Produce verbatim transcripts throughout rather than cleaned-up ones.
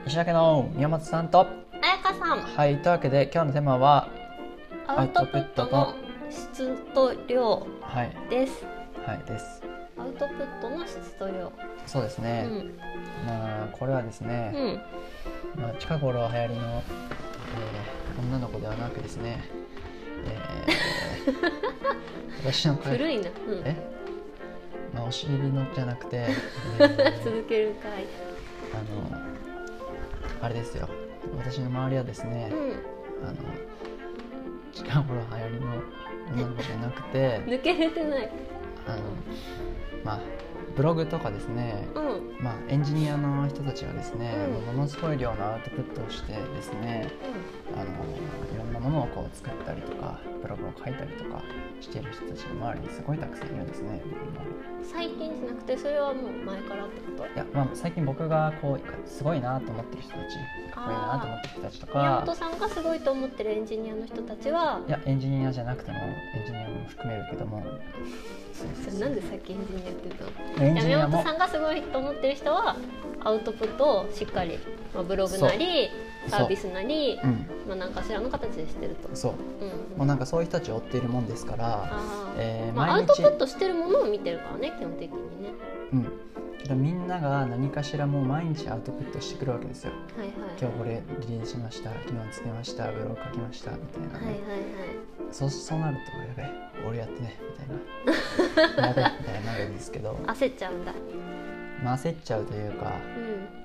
石竹の宮本さんと彩香さん。 はい、というわけで今日のテーマはアウトプットの質と量はいです。 はいですアウトプットの質と量。 そうですね、 うん、 まあこれはですね、 うん、 まあ、近頃流行りの、えー、女の子ではなくですね、えー、私の声古いな、うん、 え、まあ、お尻のじゃなくて、えー、 続けるかい。 あのあれですよ、私の周りはですね、 うん、 あの近頃流行りの女の子じゃなくて抜けれてない。 あのまあブログとかですね、 うん、 まあ、エンジニアの人たちはですね、 うん、 ものすごい量のアウトプットをしてですね、あのいろんなものをこう作ったりとかブログを書いたりとかしている人たちの周りにすごいたくさんいるんですね。 最近じゃなくてそれはもう前からってこと？ いや、まあ、最近僕がこうすごいなと思ってる人たち、かっこいいなと思ってる人たちとか、 宮本さんがすごいと思ってるエンジニアの人たちは、 いやエンジニアじゃなくてもエンジニアも含めるけども、 それなんでさっきエンジニアって言ったの？ エンジニアも宮本さんがすごいと思ってる人はアウトプットをしっかり、まあ、ブログなりサービスなり、 うん、 まあ、何かしらの形でしてると。 そう、 うん、 もうなんかそういう人たちを追っているもんですから、 あ、 えーまあ、ア毎日ウトプットしてるものを見てるからね、基本的にね。 うんけどみんなが何かしらもう毎日アウトプットしてくるわけですよ。 はいはい、 今日これリリースしました、昨日つけました、ブログ書きましたみたいなね、 はいはいはい、 そうそうなるとやべえ俺やってねみたいなやべえみたいになるんですけど焦っちゃうんだ。 まあ焦っちゃうというか、 うん、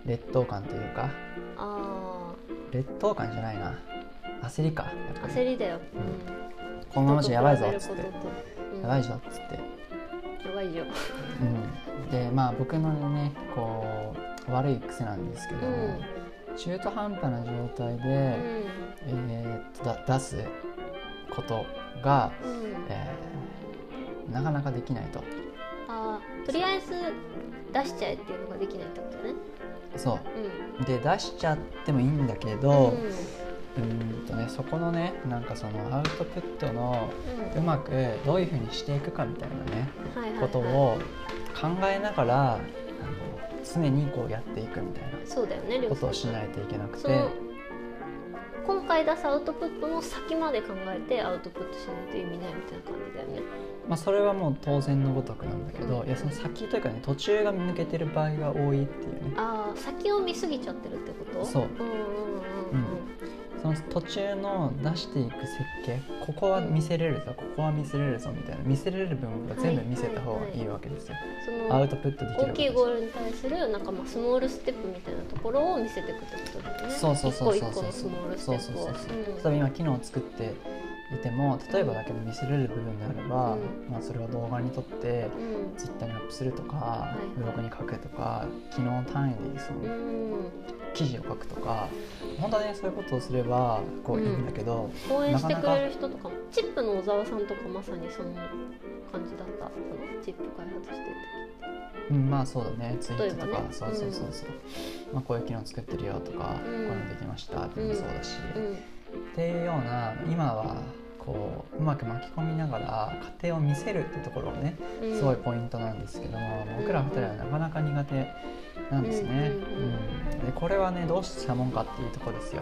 劣等感というか、 あ劣等感じゃないな、焦りか、やっぱり焦りだよ、 うん、このままじゃやばいぞっつって、 うん、 やばいぞっつって、 やばいよ、 うん、でまあ僕のねこう悪い癖なんですけど、うん、中途半端な状態で、うん、えー、っとだ出すことが、うん、えー、なかなかできないと。 あ、とりあえず出しちゃえっていうのができないってことね。 そう、うん、で出しちゃってもいいんだけど、うんうんとね、そこのねなんかそのアウトプットのうまくどういう風にしていくかみたいなね、うん、ことを考えながらあの常にこうやっていくみたいなそうだよね、 ことをしないといけなくて、 今回出すアウトプットの先まで考えてアウトプットしないと意味ないみたいな感じだよね。 まあ、それはもう当然のごとくなんだけど、うん、いやその先というかね途中が抜けてる場合が多いっていうね。 ああ、先を見過ぎちゃってるってこと？ そう、 うんうんうんうん、 その途中の出していく設計、ここは見せれるぞ、うん、ここは見せれるぞみたいな見せれる部分が全部見せた方がいいわけですよ、はいはいはい、アウトプットできるわけです。大きいゴールに対するなんかまあスモールステップみたいなところを見せていくってことだよね。 そうそうそうそうそう一個一個のスモールステップを。 例えば今機能を作っていても例えばだけど見せれる部分であれば、うん、まあ、それを動画に撮って、うん、ツイッターにアップするとか、はい、ブログに書くとか、機能単位でその、うん、記事を書くとか、本当はねそういうことをすればこういいんだけど、 うん、応援してくれる人とかも、チップの小沢さんとかまさにその感じだった。チップ開発してる時、うん、まあそうだね、ツイートとか、ね、そうそうそうそう、うん、まあ、こういう機能作ってるよとか、うん、こういうのできましたっていうのもそうだし、うんうん、っていうような今はこううまく巻き込みながら過程を見せるってところがね、うん、すごいポイントなんですけども、僕らふたりはなかなか苦手なんですね、うんうんうん、でこれはねどうしたもんかっていうところですよ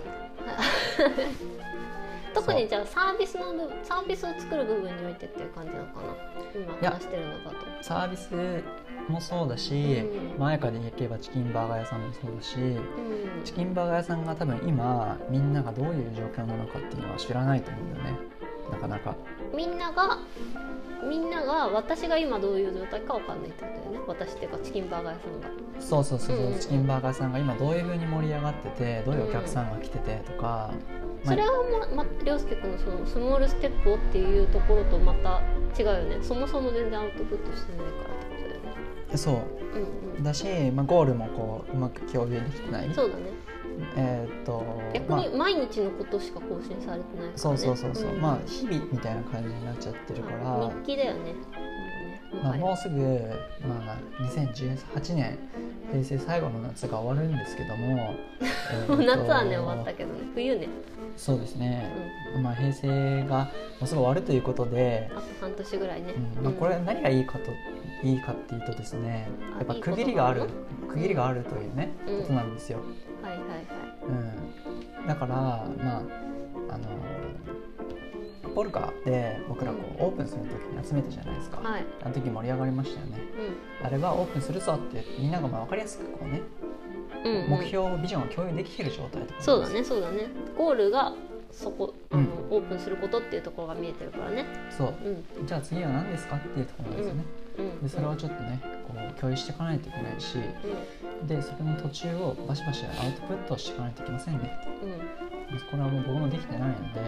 特にじゃあサービスのサービスを作る部分においてっていう感じなのかな、今話してるのだと。 サービスもそうだし、うん、前からでいけばチキンバーガー屋さんもそうだし、うん、チキンバーガー屋さんが多分今みんながどういう状況なのかっていうのは知らないと思うんだよね、なかなか。 みんながみんなが私が今どういう状態か分かんないってことだよね。私っていうかチキンバーガー屋さんが。 そうそうそう、うんうん、チキンバーガー屋さんが今どういう風に盛り上がってて、どういうお客さんが来ててとか、 うん、それはま、ま、涼介君のそのスモールステップをっていうところとまた違うよね。そもそも全然アウトプットしてないからってことだよね。 そう、うんうん、だし、まあ、ゴールもこううまく共有できてない。 そうだね。 えー、っと逆に毎日のことしか更新されてないからね。 そうそうそうそう、うん、まあ日々みたいな感じになっちゃってるから、 日記だよね、 うん、まあ、もうすぐ、まあ、にせんじゅうはちねん平成最後の夏が終わるんですけどもえー、夏はね終わったけどね、冬ね。 そうですね、うん、まあ、平成がもうすぐ終わるということで、 あと半年ぐらいね、 うん、まあ、これ何がいいかといいかっていうとですね、やっぱ区切りがある区切りがあるというね、うん、ことなんですよ。 はいはいはい。 だからまああのポルカで僕らこう、うん、オープンする時に集めたじゃないですか、はい、あの時盛り上がりましたよね、うん、あれはオープンするぞってみんながまあ分かりやすくこうね、うんうん、目標ビジョンを共有できている状態とか、 そうだねそうだねゴールがそこあの、うん、オープンすることっていうところが見えてるからね。 そう、うん、じゃあ次は何ですかっていうところなんですよね、うんうん、でそれをちょっとねこう共有していかないといけないし、うん、でそれの途中をバシバシアウトプットしていかないといけませんね、うん、これはもう僕もできてないので、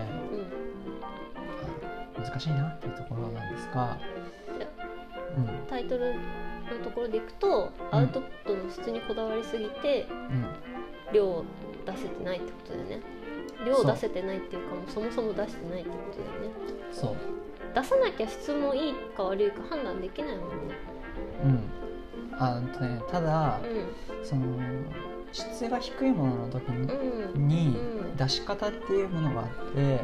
うん、難しいなっていうところなんですが、 うん、タイトルのところでいくと、うん、アウトプットの質にこだわりすぎて、うん、量を出せてないってことだよね。量を出せてないっていうかもうそもそも出してないってことだよね。 そう出さなきゃ質もいいか悪いか判断できないもんね。 うんあのねただ、うん、その質が低いものの時に、うん、出し方っていうものがあって、うんはいはい、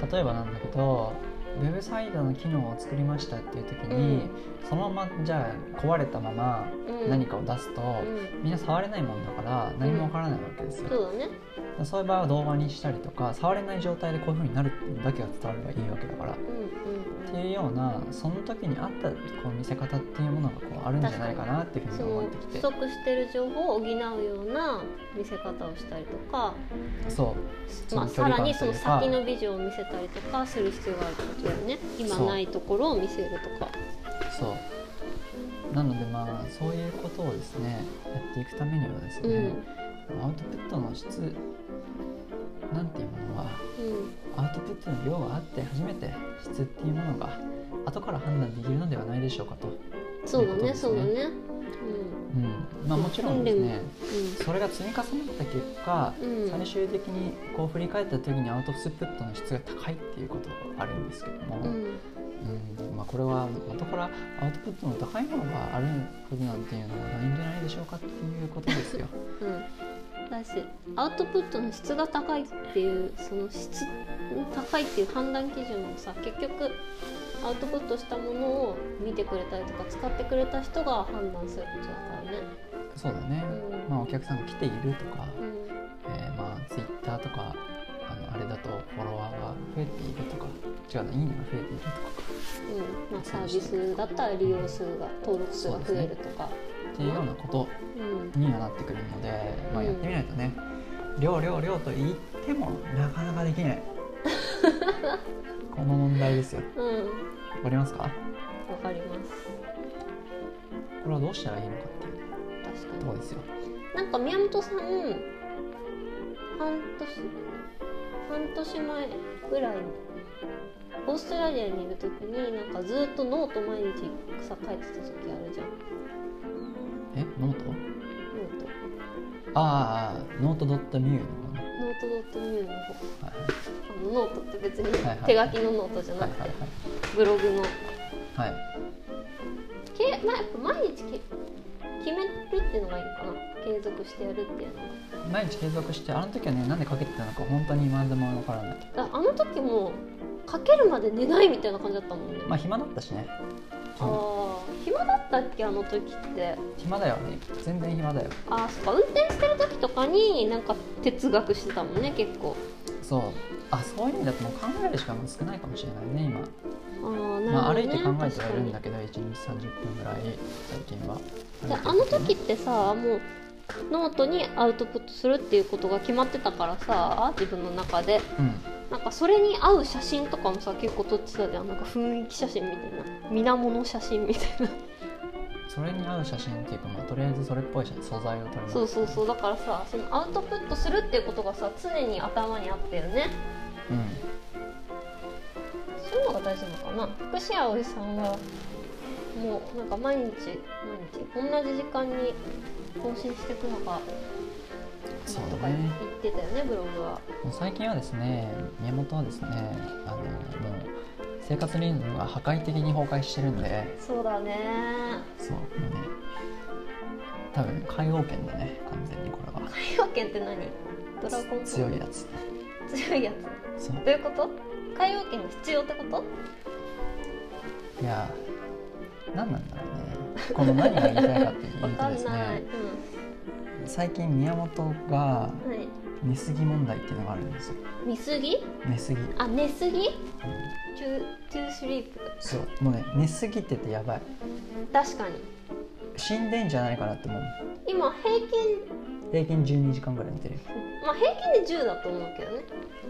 例えばなんだけどウェブサイトの機能を作りましたっていう時に、うん、そのままじゃあ壊れたまま何かを出すと、うん、みんな触れないもんだから何もわからないわけですよ、 うん、そうだね。 そういう場合は動画にしたりとか触れない状態でこういう風になるっていうだけが伝わればいいわけだから、うんうんうん、っていうようなその時に合ったこう見せ方っていうものがこうあるんじゃないかなっていうふうに思ってきて、 不足してる情報を補うような見せ方をしたりとか、 そう、 まあ、さらにその先のビジョンを見せたりとかする必要があるってことだよね。今ないところを見せるとか。 そうなのでまあそういうことをですねやっていくためにはですね、うん、アウトプットの質なんていうものは、うん、アウトプットの量があって初めて質っていうものが後から判断できるのではないでしょうかと。 そうだねそうだね、うんうんまあ、もちろんですね、うん、それが積み重なった結果、うん、最終的にこう振り返った時にアウトプットの質が高いっていうことがあるんですけども、うんうんまあ、これは後からアウトプットの高いものがあることなんていうのはないんじゃないでしょうかっていうことですよ、うんだしアウトプットの質が高いっていうその質高いっていう判断基準もさ結局アウトプットしたものを見てくれたりとか使ってくれた人が判断することだからね。 そうだね、うんまあ、お客さんが来ているとか、うんえー、まあツイッターとかあのあれだとフォロワーが増えているとか違うないいねが増えているとか、 うんまあ、サービスだったら利用数が登録数が増えるとかっていうようなことにはなってくるので、うんまあ、やってみないとね、うん、量量量と言ってもなかなかできないこの問題ですよ、うん、わかりますか？わかります。 これはどうしたらいいのかっていう確かにところですよ。 なんか宮本さん半年半年前ぐらいオーストラリアにいる時になんかずっとノート毎日さ書いてた時あるじゃん。 えノート？ノートああノートドットミューの方ね。 ノートドットミューの方、はいはい、あのノートって別に手書きのノートじゃなくて、はいはいはい、ブログの、はいけまあ、やっぱ毎日け決めるっていうのがいいのかな。継続してやるっていうのが毎日継続してあの時はねなんで書けてたのか本当に今でも分からない。 あの時も書けるまで寝ないみたいな感じだったもんね。 まあ暇だったしね。 ああ暇だったっけあの時って。 暇だよね全然暇だよ。 あそっか運転してる時とかになんか哲学してたもんね結構。 そうあそういう意味だともう考える時間も少ないかもしれないね今。 あーなるほどね、 まあ、歩いて考えてはいるんだけどいちにちさんじゅっぷんぐらい最近は。 であの時ってさもうノートにアウトプットするっていうことが決まってたからさ自分の中で、うん、なんかそれに合う写真とかもさ結構撮ってたじゃん。なんか雰囲気写真みたいな水面の写真みたいなそれに合う写真っていうか、まあ、とりあえずそれっぽい素材を撮ります。 そうそうそうだからさそのアウトプットするっていうことがさ常に頭にあったよね。うんそういうのが大事なのかな。福士葵さんはもうなんか毎日毎日同じ時間に更新していくのがそうとか言ってたよねブログは。 もう最近はですね宮本はですねあのもう生活リズムが破壊的に崩壊してるんで。 そうだねそうもうね多分海王圏だね完全にこれは。 海王圏って何？ドラゴン強いやつ。 強いやつそうどういうこと？海王圏が必要ってこと？ いや何なんだろうねこの何が言いたいかっていうとですね、うん、最近宮本が、はい、 寝すぎ問題っていうのがあるんですよ。 寝すぎ？ 寝すぎ。 あ、寝すぎ？ うん、 to, to sleep。 そう、もうね、寝すぎててやばい。 確かに。 死んでんじゃないかなって思う。 今平均平均じゅうにじかんぐらい寝てるよ。 まあ平均でじゅうだと思うけどね。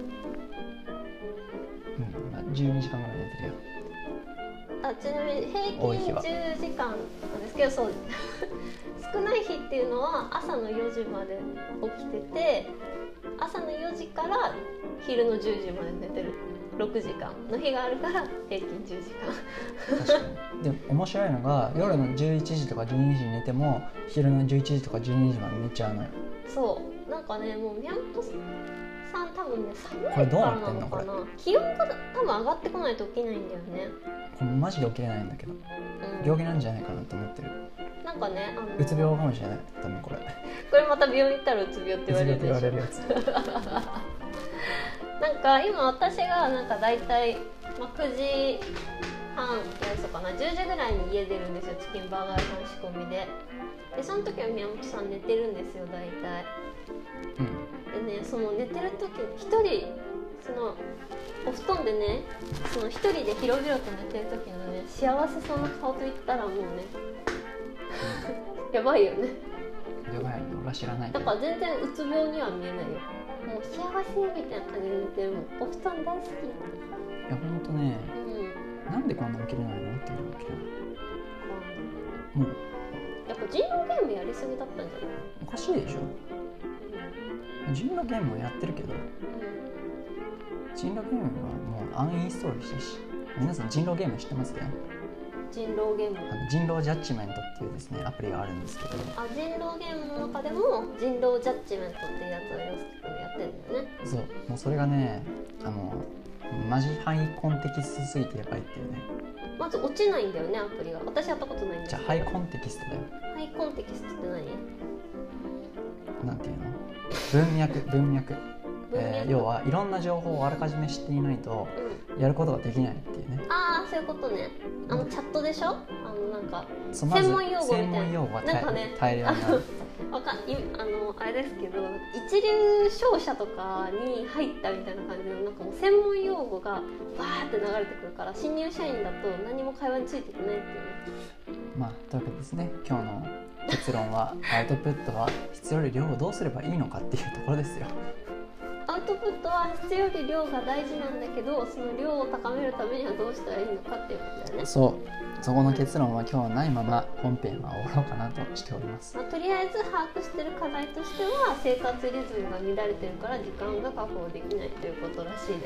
うん、まあ、じゅうにじかんぐらい寝てるよ。 あ、ちなみに平均じゅうじかんなんですけど、そう少ない日っていうのは朝のよじまで起きてて、朝のよじから昼のじゅうじまで寝てるろくじかんの日があるから平均じゅうじかん。 確かに。で面白いのが、夜のじゅういちじとかじゅうにじに寝ても昼のじゅういちじとかじゅうにじまで寝ちゃうのよ。 そうなんかね、もう宮本さん多分ね、寒いこれどうかなってんのらなのかな。 こ気温が多分上がってこないと起きないんだよね。 これマジで起きれないんだけど、 うん、 病気なんじゃないかなと思ってる。 なんかね、あのうつ病かもしれない。多分これこれまた病院行ったらうつ病って言われるでしょ。 うつ病って言われるやつ。 なんか今私がなんか大体、まあ、くじはんやつかな、じゅうじぐらいに家出るんですよ、チキンバーガーさん仕込みで。でその時は宮本さん寝てるんですよ大体。うん、でね、その寝てる時に一人そのお布団でね、その一人で広々と寝てる時のね、幸せそうな顔と言ったらもうねやばいよね。 やばいよ、俺は知らないけど。 だから全然うつ病には見えないよ。もう幸せみたいな感じで寝てるもん。お布団大好き。いやほんとね、うん、なんでこんな起きれないのっていうのが起きれない。もうやっぱ人狼ゲームやりすぎだったんじゃない？ おかしいでしょ、うん、人狼ゲームをやってるけど、うん、人狼ゲームはもうアンインストールしたし。皆さん人狼ゲーム知ってますか？ 人狼ゲーム、 あの人狼ジャッジメントっていうですねアプリがあるんですけど、 あ、人狼ゲームの中でも人狼ジャッジメントっていうやつを洋介君やってるんだよね。 そう、もうそれがね、あのマジハイコンテキストすぎてやばいっていうね。 まず落ちないんだよね、アプリが。私やったことないんだけど。 じゃあハイコンテキストだよ。 ハイコンテキストって何？ なんていうの？文脈文脈えー、要はいろんな情報をあらかじめ知っていないとやることができないっていうね、 うん、ああそういうことね。あのチャットでしょ、あのなんか専門用語みたいな、 専門用語がなんかね、 大量になる。 わかんあのあれですけど、一流商社とかに入ったみたいな感じのなんかもう専門用語がバーって流れてくるから、新入社員だと何も会話についていけないっていうね。 まあというわけでですね、今日の結論はアウトプットは質より量をどうすればいいのかっていうところですよ。 アウトプットは質より量が大事なんだけど、その量を高めるためにはどうしたらいいのかっていうことだよね。 そう、そこの結論は今日はないまま本編は終わろうかなとしております。 まあ、とりあえず把握してる課題としては、生活リズムが乱れてるから時間が確保できないということらしいです。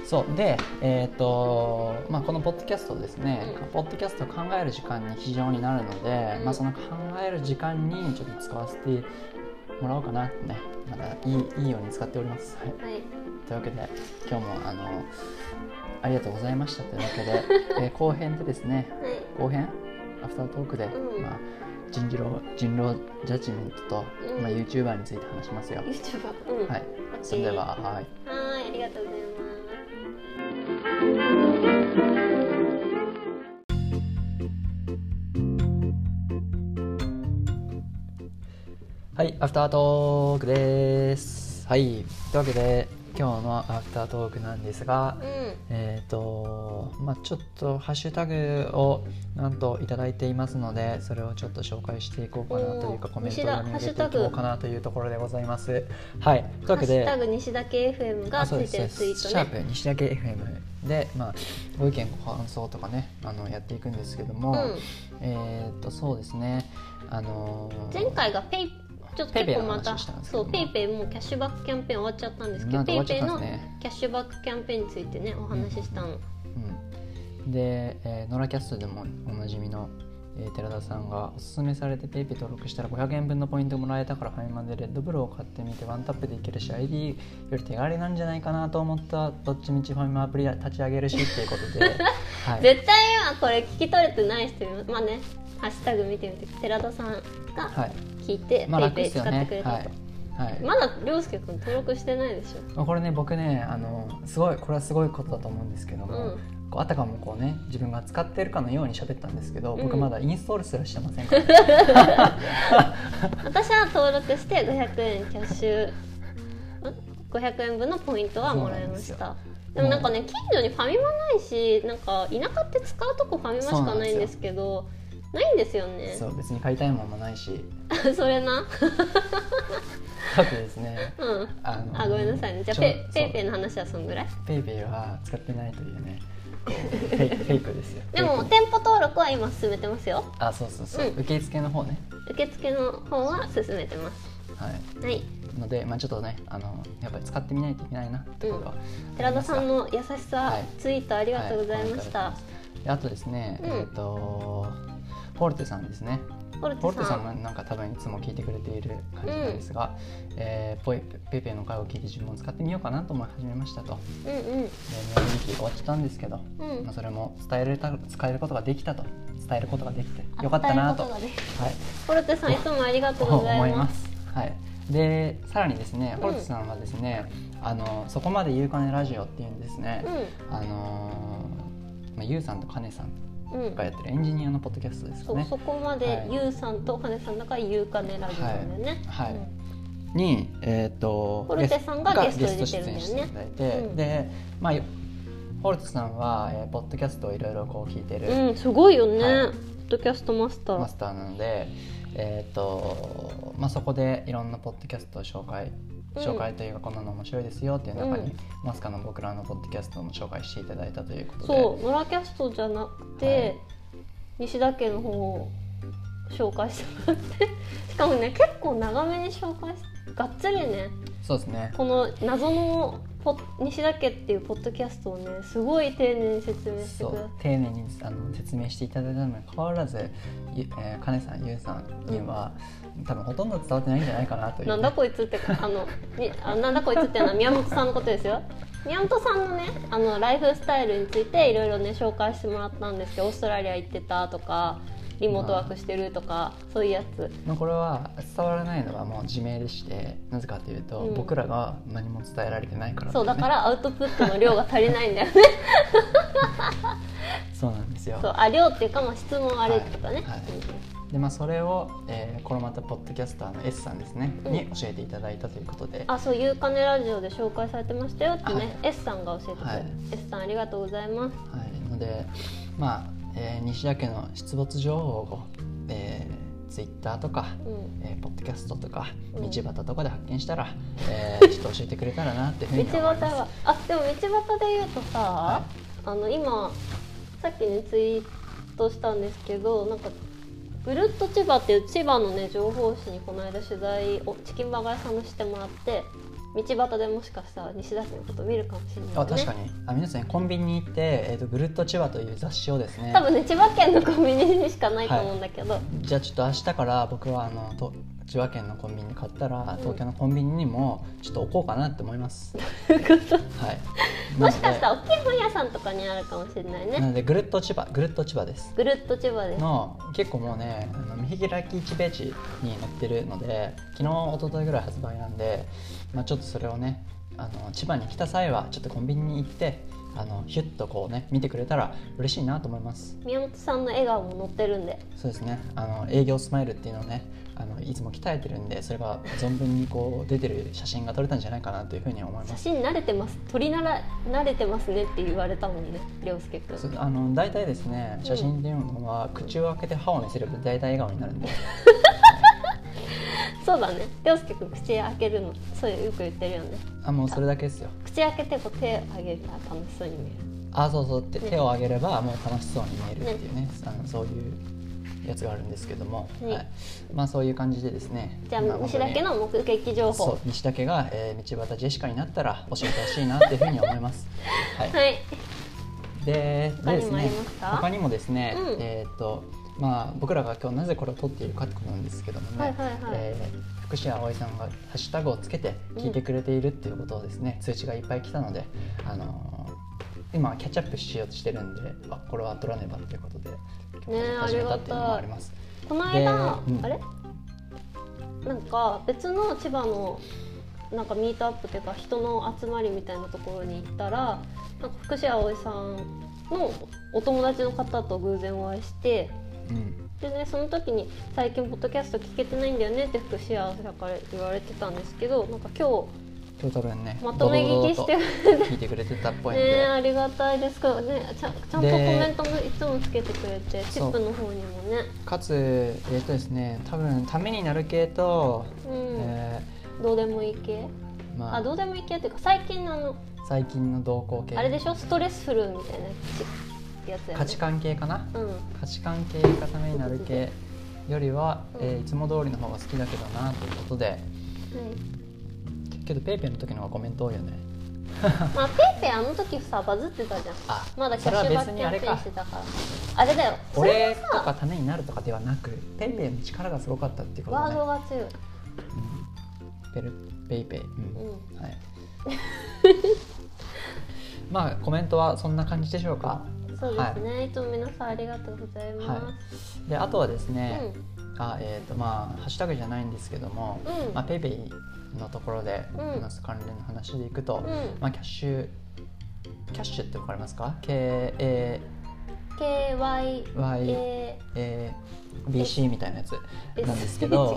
そうで、えーとまあ、このポッドキャストですね、うん、ポッドキャストを考える時間に非常になるので、うん、まあ、その考える時間にちょっと使わせてもらおうかなってね、まだいい、いいように使っております。はい。はい、というわけで今日もあのありがとうございましたというわけで、えー、後編でですね、はい、後編アフタートークで、うん、まあ、人狼人狼ジャッジメントと、うん、まあ、YouTuber について話しますよ。 YouTuber、うん、 はい。それでは、はい。 はい、ありがとうございます。 はい、アフタートークです。はい、というわけで今日のアフタートークなんですが、うん、えっ、ー、とまあちょっとハッシュタグをなんといただいていますので、それをちょっと紹介していこうかなというか、コメント欄に入れていこうかなというところでございます。はい、というわけでハッシュタグ西田家 エフエム がついてるツイートね。 シャープ西田家 エフエム で、まあ、ご意見ご感想とかね、あのやっていくんですけども、うん、えっ、ー、とそうですね、あのー、 前回がペイちょっと結構またそうペイペイもうキャッシュバックキャンペーン終わっちゃったんですけど、ペイペイのキャッシュバックキャンペーンについてねお話ししたの、うんうん、で、えー、ノラキャストでもおなじみの、えー、寺田さんがおすすめされてペイペイ登録したらごひゃくえんぶんのポイントもらえたからファミマでレッドブルを買ってみてワンタップでいけるし アイディー より手軽なんじゃないかなと思ったどっちみちファミマアプリ立ち上げるしっていうことで、 はい、絶対今これ聞き取れてない人います。まあね、ハッシュタグ見てみて寺田さんが聞いて、はい、ペイペイ使ってくれたと、まあはいはい、まだ涼介くん登録してないでしょ。 これね僕ねあのすごいこれはすごいことだと思うんですけども、うん、こうあたかもこうね自分が使ってるかのように喋ったんですけど、うん、僕まだインストールすらしてませんから、 私は登録してごひゃくえんキャッシュごひゃくえんぶんのポイントはもらいました。でもなんかね、近所にファミマないし、なんか田舎って使うとこファミマしかないんですけど、ないんですよね。 そう、別に買いたいものもないしそれなだってですね、 うん、あのあごめんなさいね。じゃあペイペイの話はそんぐらい。 ペイペイは使ってないというね、フェイク、フェイクですよ。 でも店舗登録は今進めてますよ。 あ、そうそうそう、うん、受付の方ね。 受付の方は進めてます。 はい、 はい、 ので、まあ、ちょっとね、あのやっぱり使ってみないといけないなってことは、 うん、寺田さんの優しさ、はい、ツイートありがとうございました。はいはい、 あとですね、うん、えっとフォルテさんですね。フォルテさん、フォルテさんもなんか多分いつも聞いてくれている感じなんですが、うん、えー、ポイペイペイの会を聞いて自分も使ってみようかなと思い始めましたと。うんうん、で宮崎終わっちゃったんですけど、うん、まあ、それも伝えれた使えることができたと伝えることができてよかったなと、はい、 フォルテさんいつもありがとうございます。思います。 はい、でさらにですね、フォルテさんはですね、うん、あのそこまでゆうかねラジオっていうんですね、うん、あのまあ、ゆうさんとかねさんがやってるエンジニアのポッドキャストですよね。 そう、そこまでゆうさんとかねさんだからゆうかねラジオだよね。 はい、はい、うん、に、えー、とフォルテさんがゲストで出てるんだよね。 していただいて、うん、で、まあ、フォルテさんは、えー、ポッドキャストをいろいろこう聞いてる、 うん、すごいよね、はい、ポッドキャストマスターマスターなので、えーとまあ、そこでいろんなポッドキャストを紹介紹介というか、こんなの面白いですよっていう中に、うん、マスカの僕らのポッドキャストも紹介していただいたということで、 そうノラキャストじゃなくて、はい、西田家の方を紹介してもらってしかもね結構長めに紹介してがっつりね、 そうですね、 この謎のポ西田家っていうポッドキャストをねすごい丁寧に説明してください。 丁寧にあの説明していただいたのにかかわらず、えー、かねさんゆうさんには、うん、多分ほとんど伝わってないんじゃないかなという、ね、 なんだこいつってあのあなんだこいつっていうのは宮本さんのことですよ。宮本さんのねあのライフスタイルについていろいろね紹介してもらったんですけど、オーストラリア行ってたとかリモートワークしてるとか、まあ、そういうやつ、 まあ、これは伝わらないのはもう自明でして、なぜかというと、うん、僕らが何も伝えられてないから、ね、 そうだからアウトプットの量が足りないんだよねそうなんですよ。 そうあ量っていうか、まあ、質問あれとかね、はいはい、 でまあ、それを、えー、このまたポッドキャスターの S さんですね、うん、に教えていただいたということで、 あそうゆうかねラジオで紹介されてましたよってね、はい、S さんが教えてくれて、はい、S さんありがとうございます。 はい、のでまあえー、西田家の出没情報を、えー、ツイッターとか、うんえー、ポッドキャストとか、うん、道端とかで発見したら、えー、ちょっと教えてくれたらなっていうふうに思います。道端はあでも道端で言うとさ、はい、あの今さっきねツイートしたんですけど、なんかぐるっと千葉っていう千葉のね情報誌にこの間取材をチキンバーガー屋さんのしてもらって、道端でもしかしたら西田家のこと見るかもしれない、ね、 あ確かにあ皆さんコンビニに行って、えーと、ぐるっと千葉という雑誌をですね、 多分ね千葉県のコンビニにしかないと思うんだけど、はい、 じゃあちょっと明日から僕はあのと千葉県のコンビニ買ったら、うん、東京のコンビニにもちょっと置こうかなって思います。はい、 もしかしたら大きい本屋さんとかにあるかもしれないね。 なのでぐるっと千葉ぐるっと千葉ですぐるっと千葉ですの結構もうねあの見開きいちページに載ってるので、昨日一昨日ぐらい発売なんで、まあ、ちょっとそれをねあの千葉に来た際はちょっとコンビニに行ってあのヒュッとこうね見てくれたら嬉しいなと思います。 宮本さんの笑顔も載ってるんで、 そうですね、あの営業スマイルっていうのをねあのいつも鍛えてるんで、それが存分にこう出てる写真が撮れたんじゃないかなというふうに思います。 写真慣れてます撮りなら慣れてますねって言われたもんね、涼介くん。 あの大体ですね写真っていうのは、うん、口を開けて歯を見せれば大体笑顔になるんでそうだね、涼介くん口開けるのそういうよく言ってるよね。 あもうそれだけですよ。 口開けてこう手を上げたら楽しそうに見える。 あそうそう、ね、手を上げればもう楽しそうに見えるっていうね、ねあのそういうやつがあるんですけども、はいはい、まあそういう感じでですね。 じゃあ西田家の目撃情報、 そう西田家が、えー、道端ジェシカになったら教えてほしいなっていうふうに思います。はい。はい、ででですね他にもですね、うん、えっ、ー、とまあ僕らが今日なぜこれを撮っているかってことなんですけどもね、はいはいはいえー、福士葵さんがハッシュタグをつけて聞いてくれているっていうことをですね、うん、通知がいっぱい来たので、あのー、今キャッチアップしようとしてるんで、あこれは撮らねばということで今日始めたっていうのもあります。 この間、うん、あれなんか別の千葉のなんかミートアップというか人の集まりみたいなところに行ったら、なんか福士葵さんのお友達の方と偶然お会いして、うん、でねその時に最近ポッドキャスト聞けてないんだよねって福士葵さんから言われてたんですけど、なんか今日トータルにねまとめ聞きして聞いてくれてたっぽいんでね、ありがたいですからね。ちゃ、ちゃんとコメントもいつもつけてくれて、チップの方にもね。 かつえっ、ー、とですね、多分ためになる系と、 うんえー、どうでもいい系、まあ、あどうでもいい系っていうか最近のあの最近の動向系、 あれでしょ、ストレスフルみたいなやつやね。 価値観系かな、うん、価値観系がためになる系よりは、うん、えー、いつも通りの方が好きだけどなということで、はい、けどペイペイの時の方がコメント多いよねまあペイペイあの時さバズってたじゃん。あ、まだキャッシュバックキャンペーンしてたから。あれだよ、 俺とかためになるとかではなく、ペイペイの力がすごかったっていうことね。 ワードが強い、うん、 ペルペイペイ、うんうん、 はいまあコメントはそんな感じでしょうか。 そうですね、はい、いつも皆さんありがとうございます、はい、 であとはですね、うん、あえーとまあハッシュタグじゃないんですけども、うんまあ、ペイペイのところで話す関連の話でいくと、うんまあ、キャッシュキャッシュって分かりますか？ ケーエーケーワイエービーシー みたいなやつなんですけど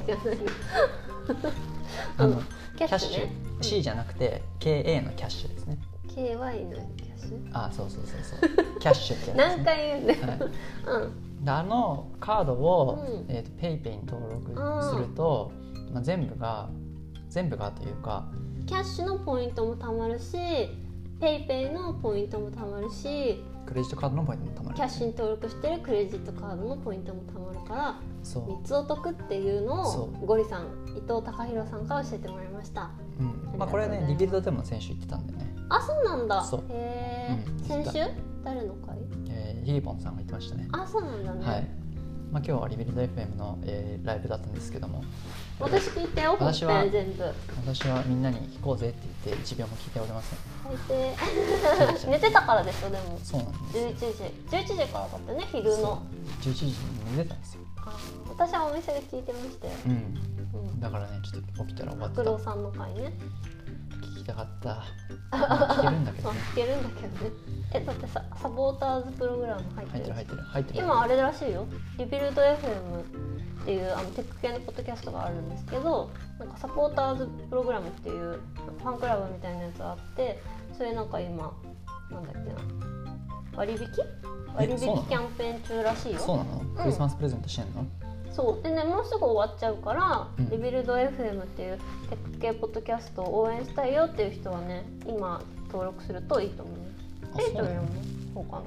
あのキャッシュ、ね、C じゃなくて ケーエー のキャッシュですね。 ケーワイ のキャッシュ、 あ、そうそうそうそうキャッシュってやつですね。 何回言うんだよ、はいうん、 であのカードを、うんえーと、ペイペイに登録すると、まあ、全部が全部がというかキャッシュのポイントもたまるし、ペイペイのポイントもたまるし、 クレジットカードのポイントもたまる、 キャッシュに登録してるクレジットカードのポイントもたまるから、そうみっつお得っていうのをゴリさん、伊藤孝弘さんから教えてもらいました。 うんまあ、これはねリビルドでも先週言ってたんでね。 あ、そうなんだ。 そうへー、うん、先週誰の回？ えー、ヒーボンさんが言ってましたね。 あ、そうなんだね。 はい。まあ、今日はリビルド エフエム の、えー、ライブだったんですけども、 私聞いてよ、私は全部私はみんなに聞こうぜって言っていちびょうも聞いておりません。 最低寝てたからでしょ。でもそうなんです。 じゅういちじじゅういちじからだったね、昼のじゅういちじに寝てたんですよ。 あ、私はお店で聞いてましたよ、 うんうん、だからね、ちょっと起きたら終わってた。 黒尾さんの回ね、 聞きたかった。聞けるんだけどね聞けるんだけどね。え、だってさ、サポーターズプログラム入ってる入ってる入ってる。 今あれらしいよ、リビルド エフエム っていうあのテック系のポッドキャストがあるんですけど、なんかサポーターズプログラムっていうファンクラブみたいなやつがあって、それなんか今なんだっけな、割引割引キャンペーン中らしいよ。 そうなの？クリスマスプレゼントしてんの？ そうでね、もうすぐ終わっちゃうから、うん、リビルド エフエム っていうテック系ポッドキャストを応援したいよっていう人はね、今登録するといいと思う。ペイトリオンもそうかな。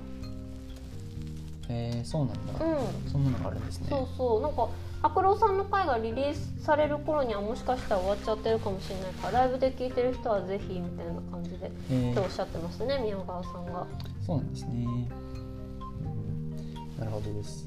えー、そうなんだ、うん、そんなのがあるんですね。 そうそう、なんか白郎さんの回がリリースされる頃にはもしかしたら終わっちゃってるかもしれないから、ライブで聞いてる人はぜひみたいな感じで、えー、っておっしゃってますね、宮川さんが。 そうなんですね、うん、なるほどです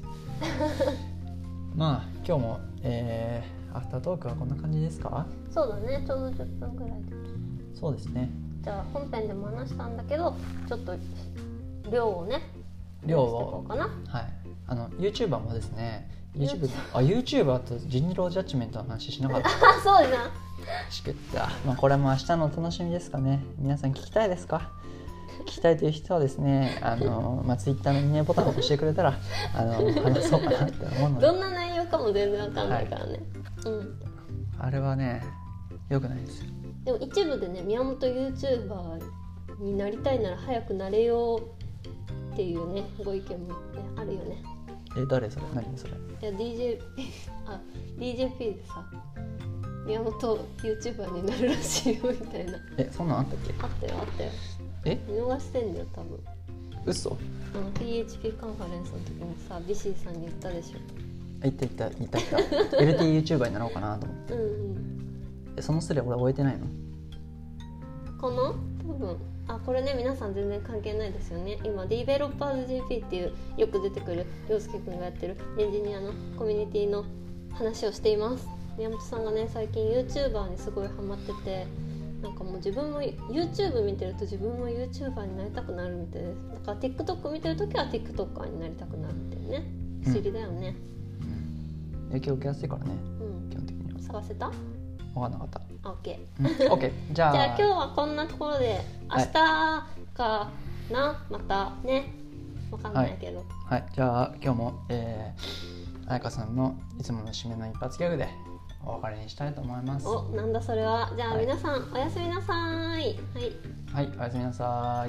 まあ今日も、えー、アフタートークはこんな感じですか？ そうだね、ちょうどじゅっぷんぐらいで。 そうですね。 じゃあ本編でも話したんだけど、ちょっと量をね、 量をかな。 はい。あの YouTuber もですね、YouTube あ YouTuber と人狼ジャッジメントの話しなかった。 そうじゃん。 しくった。まあこれも明日のお楽しみですかね。皆さん聞きたいですか？聞きたいという人はですね、あのまあ Twitter のいいねボタンを押してくれたらあの話そうかなって思うので。 どんな内容かも全然わかんないからね。はい、うん。 あれはね、良くないですよ。 でも一部でね、宮本 YouTuber になりたいなら早くなれよっていうね、ご意見も、ね、あるよね。 え、誰それ？何それ？いや ディージェー あ ディージェーピー でさ、宮本 YouTuber になるらしいよみたいな。 え、そんなんあったっけ？ あったよあったよ。 え？ 見逃してんだよ多分。 嘘？ あの ピーエイチピー カンファレンスの時にさ、ビシーさんに言ったでしょ。 言った言った言った言った。エルティー YouTuber になろうかなと思って。うんうん。そのスレ俺終えてないの？ この多分あこれね、皆さん全然関係ないですよね。今ディベロッパーズ ジェーピー っていうよく出てくる陽介くんがやってるエンジニアのコミュニティの話をしています。宮本さんがね、最近 YouTuber にすごいハマってて、なんかもう自分も YouTube 見てると自分も YouTuber になりたくなるみたいです。だから TikTok 見てるときは TikToker になりたくなるっていうね。不思議だよね。 うん、影響受けやすいからね、うん、基本的には。 探せた？ 分かんなかった。 オッケー。オッケー。じゃあ。 じゃあ今日はこんなところで、明日かな、はい、またね、分かんないけど。はい。はい、じゃあ今日も、えー、彩香さんのいつもの締めの一発ギャグで終お別れにしたいと思います。 お、なんだそれは。じゃあ、はい、皆さんおやすみなさい。はい、 はい、おやすみなさい。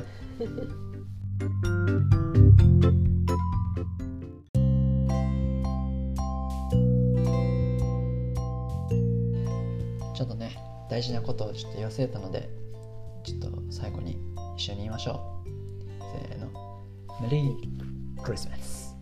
ちょっとね、大事なことをちょっと言わせたので、ちょっと最後に一緒に言いましょう。せーの、メリークリスマス。